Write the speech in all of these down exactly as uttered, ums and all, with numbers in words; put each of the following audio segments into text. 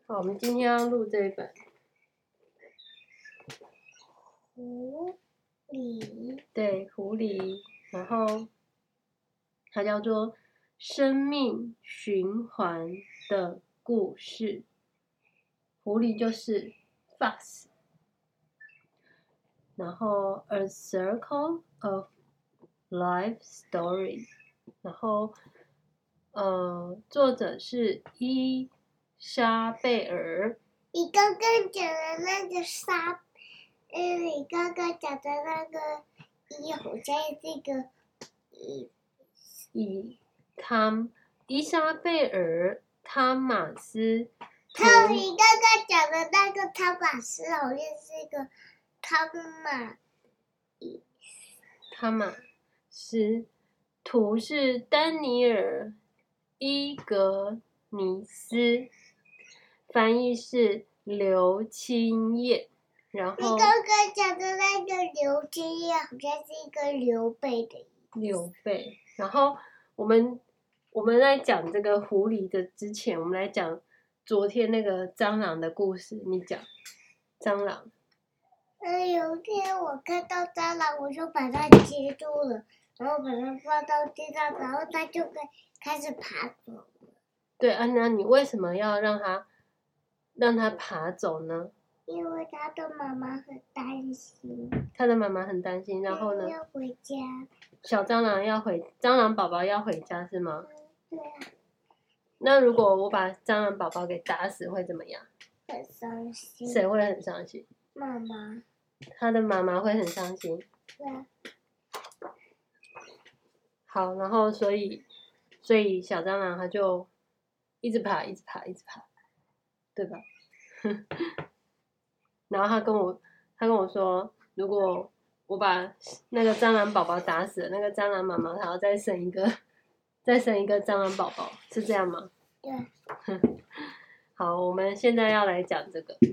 好，我们今天要录这一本狐狸， 对，狐狸，然后它叫做《生命循环的故事》。狐狸就是 Fox， 然后 A Circle of Life Story， 然后呃，作者是伊莎贝尔。 你刚刚讲的那个沙，嗯，你刚刚讲的那个一好像这个一以汤伊莎贝尔汤马斯。 他你刚刚讲的那个汤马斯好像是一个汤马汤马斯，图是丹尼尔伊格尼斯，翻译是刘清燕。然后你刚刚讲的那个刘金燕好像是一个刘备的刘备。然后我们我们在讲这个狐狸的之前，我们来讲昨天那个蟑螂的故事。你讲蟑螂。 嗯，有一天我看到蟑螂，我就把它接住了，然后把它放到地上，然后它就开开始爬走。 对啊，那你为什么要让它让它爬走呢？ 因为他的妈妈很担心。 他的妈妈很担心，然后呢？ 要回家。 小蟑螂要回，蟑螂宝宝要回家是吗？ 嗯，对啊。 那如果我把蟑螂宝宝给打死会怎么样？ 很伤心。 谁会很伤心？ 妈妈。 他的妈妈会很伤心。 对啊。 好，然后所以所以小蟑螂它就一直爬，一直爬，一直爬，对吧？然后他跟我他跟我说，如果我把那个蟑螂宝宝打死了，那个蟑螂妈妈还要再生一个再生一个蟑螂宝宝，是这样吗？ 对。 好，我们现在要来讲这个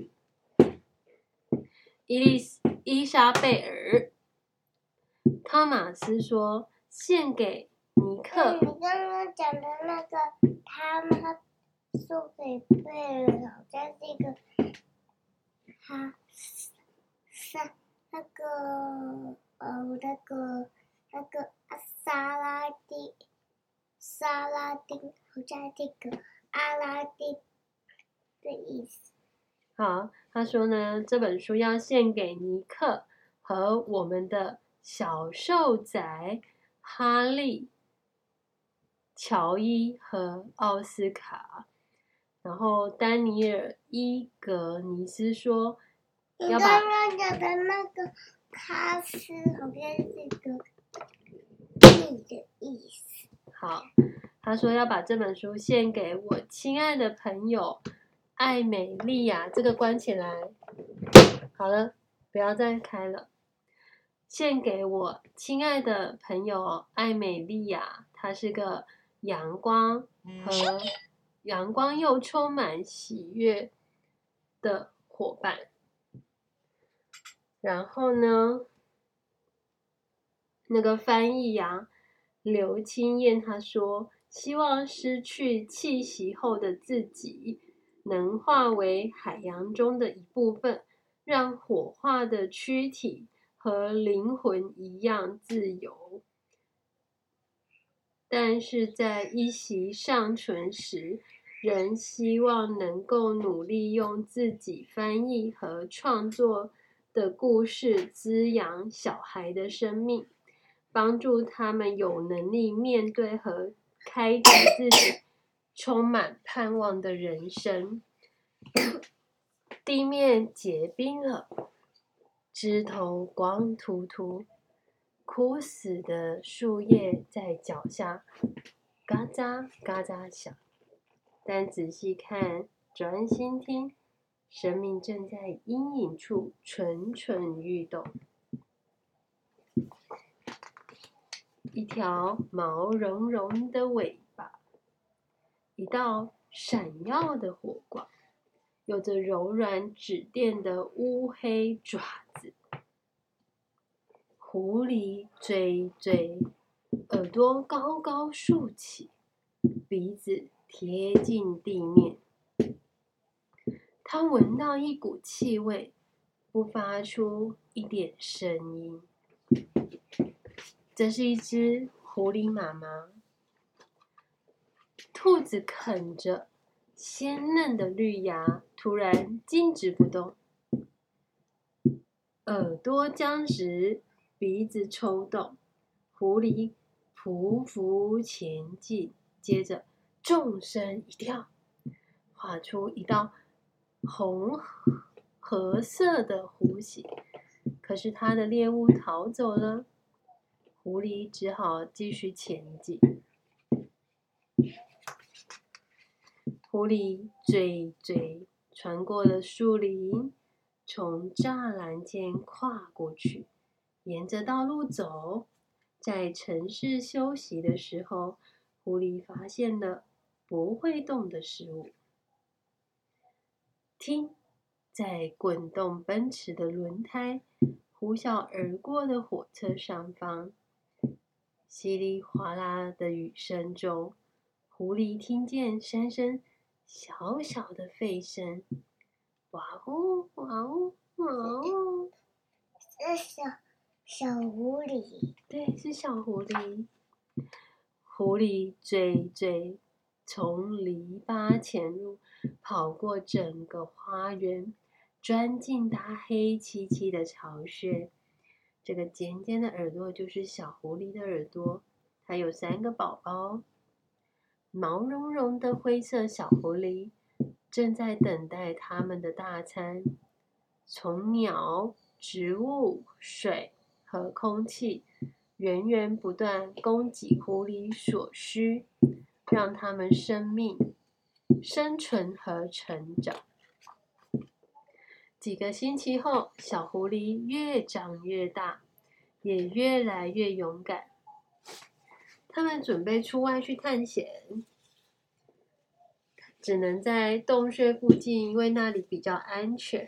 伊丽伊莎贝尔。汤马斯说，献给尼克。 嗯，你刚刚讲的那个他妈送给贝尔，好像是一个他沙那个呃那个那个沙拉丁沙拉丁，好像这个阿拉丁的意思。 好，他说呢，这本书要献给尼克和我们的小兽仔哈利、乔伊和奥斯卡。然后丹尼尔伊格尼斯说， 你刚刚讲的那个卡斯好像是个你的意思。 好，他说要把这本书献给我亲爱的朋友艾美莉亚。这个关起来。好了，不要再开了。献给我亲爱的朋友艾美莉亚，她是个阳光和阳光又充满喜悦的伙伴。然后呢，那个翻译呀，刘清燕她说，希望失去气息后的自己能化为海洋中的一部分，让火化的躯体和灵魂一样自由。但是在一息尚存时，仍希望能够努力用自己翻译和创作的故事滋养小孩的生命，帮助他们有能力面对和开启自己充满盼望的人生。地面结冰了，枝头光秃秃，枯死的树叶在脚下嘎喳嘎喳响。但仔细看，专心听，生命正在阴影处蠢蠢欲动。一条毛茸茸的尾巴，一道闪耀的火光，有着柔软指垫的乌黑爪子。狐狸追追，耳朵高高竖起，鼻子贴近地面。 他闻到一股气味，不发出一点声音。这是一只狐狸妈妈。兔子啃着鲜嫩的绿芽，突然静止不动，耳朵僵直，鼻子抽动。狐狸匍匐前进，接着纵身一跳，画出一道红褐色的弧形。可是它的猎物逃走了，狐狸只好继续前进。狐狸追追穿过了树林，从栅栏间跨过去，沿着道路走。在城市休息的时候，狐狸发现了不会动的事物。听，在滚动奔驰的轮胎呼啸而过的火车上方，稀里哗啦的雨声中，狐狸听见三声小小的吠声，哇呜哇呜哇呜！ 是小小狐狸。 对，是小狐狸。狐狸追追，从篱笆潜入，跑过整个花园，钻进它黑漆漆的巢穴。这个尖尖的耳朵就是小狐狸的耳朵，它有三个宝宝。毛茸茸的灰色小狐狸正在等待它们的大餐，从鸟、植物、水和空气源源不断供给狐狸所需，让它们生命、生存和成长。几个星期后，小狐狸越长越大，也越来越勇敢。他们准备出外去探险，只能在洞穴附近，因为那里比较安全。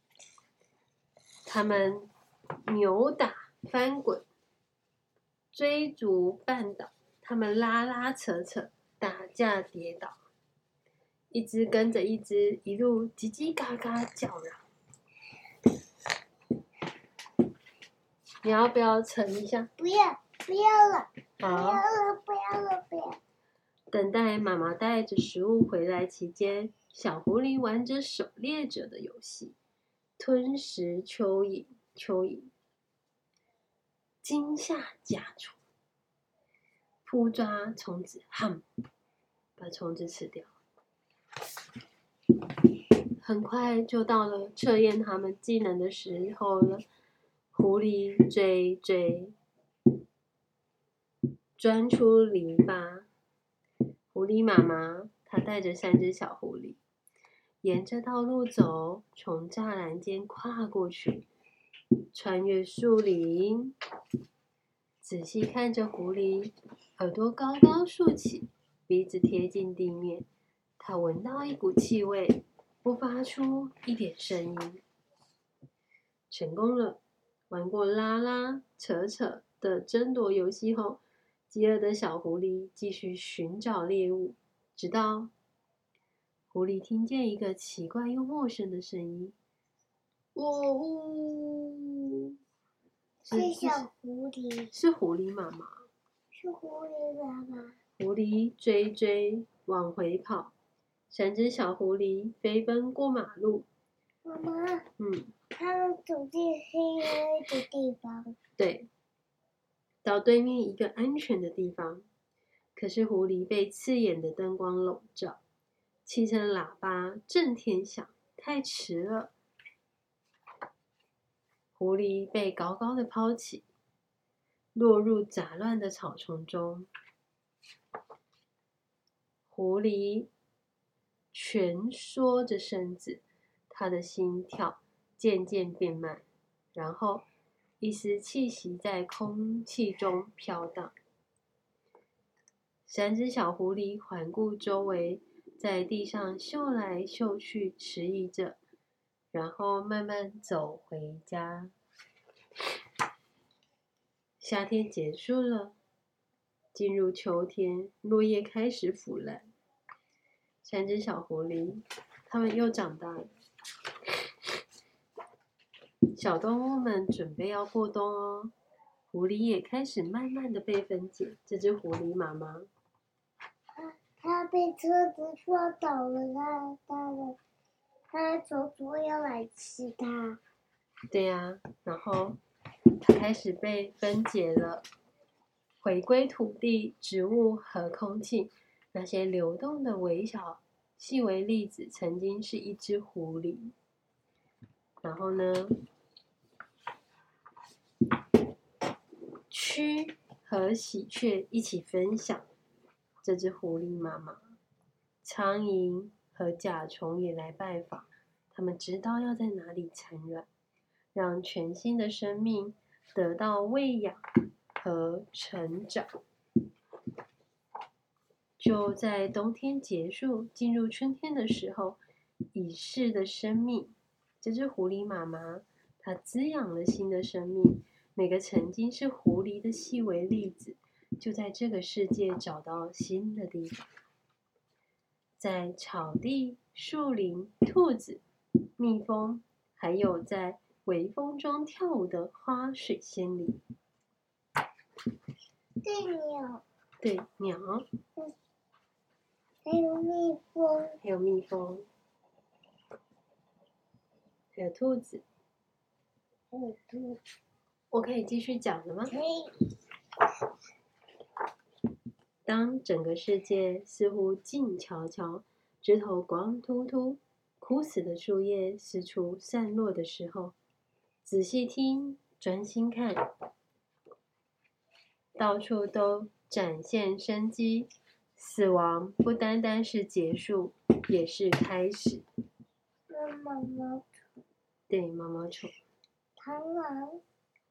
他们扭打、翻滚、追逐、绊倒，他们拉拉扯扯、打架、跌倒，一只跟着一只，一路叽叽嘎嘎叫嚷。你要不要盛一下？ 不要，不要了，不要好。 了，不要了，不要。 等待妈妈带着食物回来期间，小狐狸玩着狩猎者的游戏，吞食蚯蚓，蚯蚓惊吓甲虫，扑抓虫子，ham，把虫子吃掉。很快就到了测验他们技能的时候了。狐狸追追，钻出篱笆。狐狸妈妈她带着三只小狐狸，沿着道路走，从栅栏间跨过去，穿越树林。仔细看着狐狸，耳朵高高竖起，鼻子贴近地面。它闻到一股气味，不发出一点声音。成功了！玩过拉拉扯扯的争夺游戏后，饥饿的小狐狸继续寻找猎物，直到狐狸听见一个奇怪又陌生的声音：“喔呜！” 是小狐狸， 是狐狸妈妈。 是狐狸妈妈。 狐狸追追往回跑，三只小狐狸飞奔过马路。 妈妈， 嗯， 他们走进黑黑的地方。 对，到对面一个安全的地方。可是狐狸被刺眼的灯光笼罩，汽车喇叭震天响，太迟了。狐狸被高高的抛起，落入杂乱的草丛中。狐狸蜷缩着身子，他的心跳渐渐变慢，然后一丝气息在空气中飘荡。三只小狐狸环顾周围，在地上嗅来嗅去，迟疑着，然后慢慢走回家。夏天结束了，进入秋天，落叶开始腐烂。三只小狐狸，它们又长大了。 小动物们准备要过冬哦，狐狸也开始慢慢的被分解。这只狐狸妈妈， 它它被车子撞倒了，它它的它的手足要来吃它。 对呀、啊，然后它开始被分解了，回归土地、植物和空气。那些流动的微小、细微粒子曾经是一只狐狸。然后呢，蛆和喜鹊一起分享这只狐狸妈妈。苍蝇和甲虫也来拜访，他们知道要在哪里产卵，让全新的生命得到喂养和成长。就在冬天结束、进入春天的时候，已逝的生命，这只狐狸妈妈，它滋养了新的生命。每个曾经是狐狸的细微粒子，就在这个世界找到新的地方。在草地、树林、兔子、蜜蜂，还有在微风中跳舞的花水仙里。 对鸟， 对鸟， 还有蜜蜂， 还有蜜蜂，还有兔子。 还有兔子。 我可以继续讲了吗？ 可以。 当整个世界似乎静悄悄，枝头光秃秃，枯死的树叶四处散落的时候，仔细听，专心看，到处都展现生机。死亡不单单是结束，也是开始。 那毛毛虫， 对，毛毛虫。 螳螂，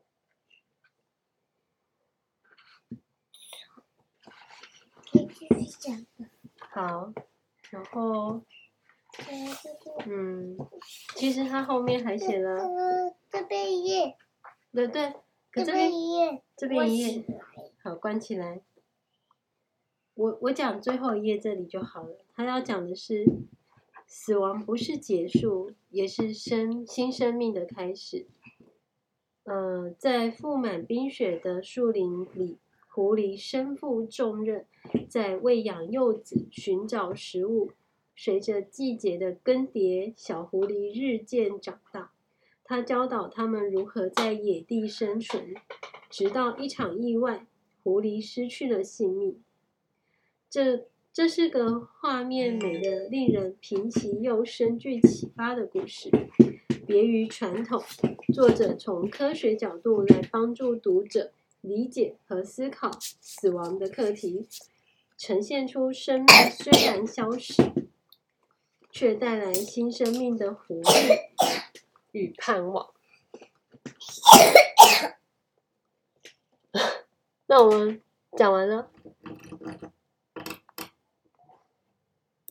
可以继续讲的。 好，然后， 呃，这个， 嗯，其实它后面还写了， 呃，这边一页， 对对，可这这边边一页， 这边一页， 关起来。 好，关起来。我我讲最后一页这里就好了。他要讲的是，死亡不是结束，也是生新生命的开始。呃，在覆满冰雪的树林里，狐狸身负重任，在喂养幼子，寻找食物。随着季节的更迭，小狐狸日渐长大。他教导他们如何在野地生存，直到一场意外，狐狸失去了性命。这这是个画面美的、令人平息又深具启发的故事。别于传统，作者从科学角度来帮助读者理解和思考死亡的课题，呈现出生命虽然消失，却带来新生命的活力与盼望。那我们讲完了。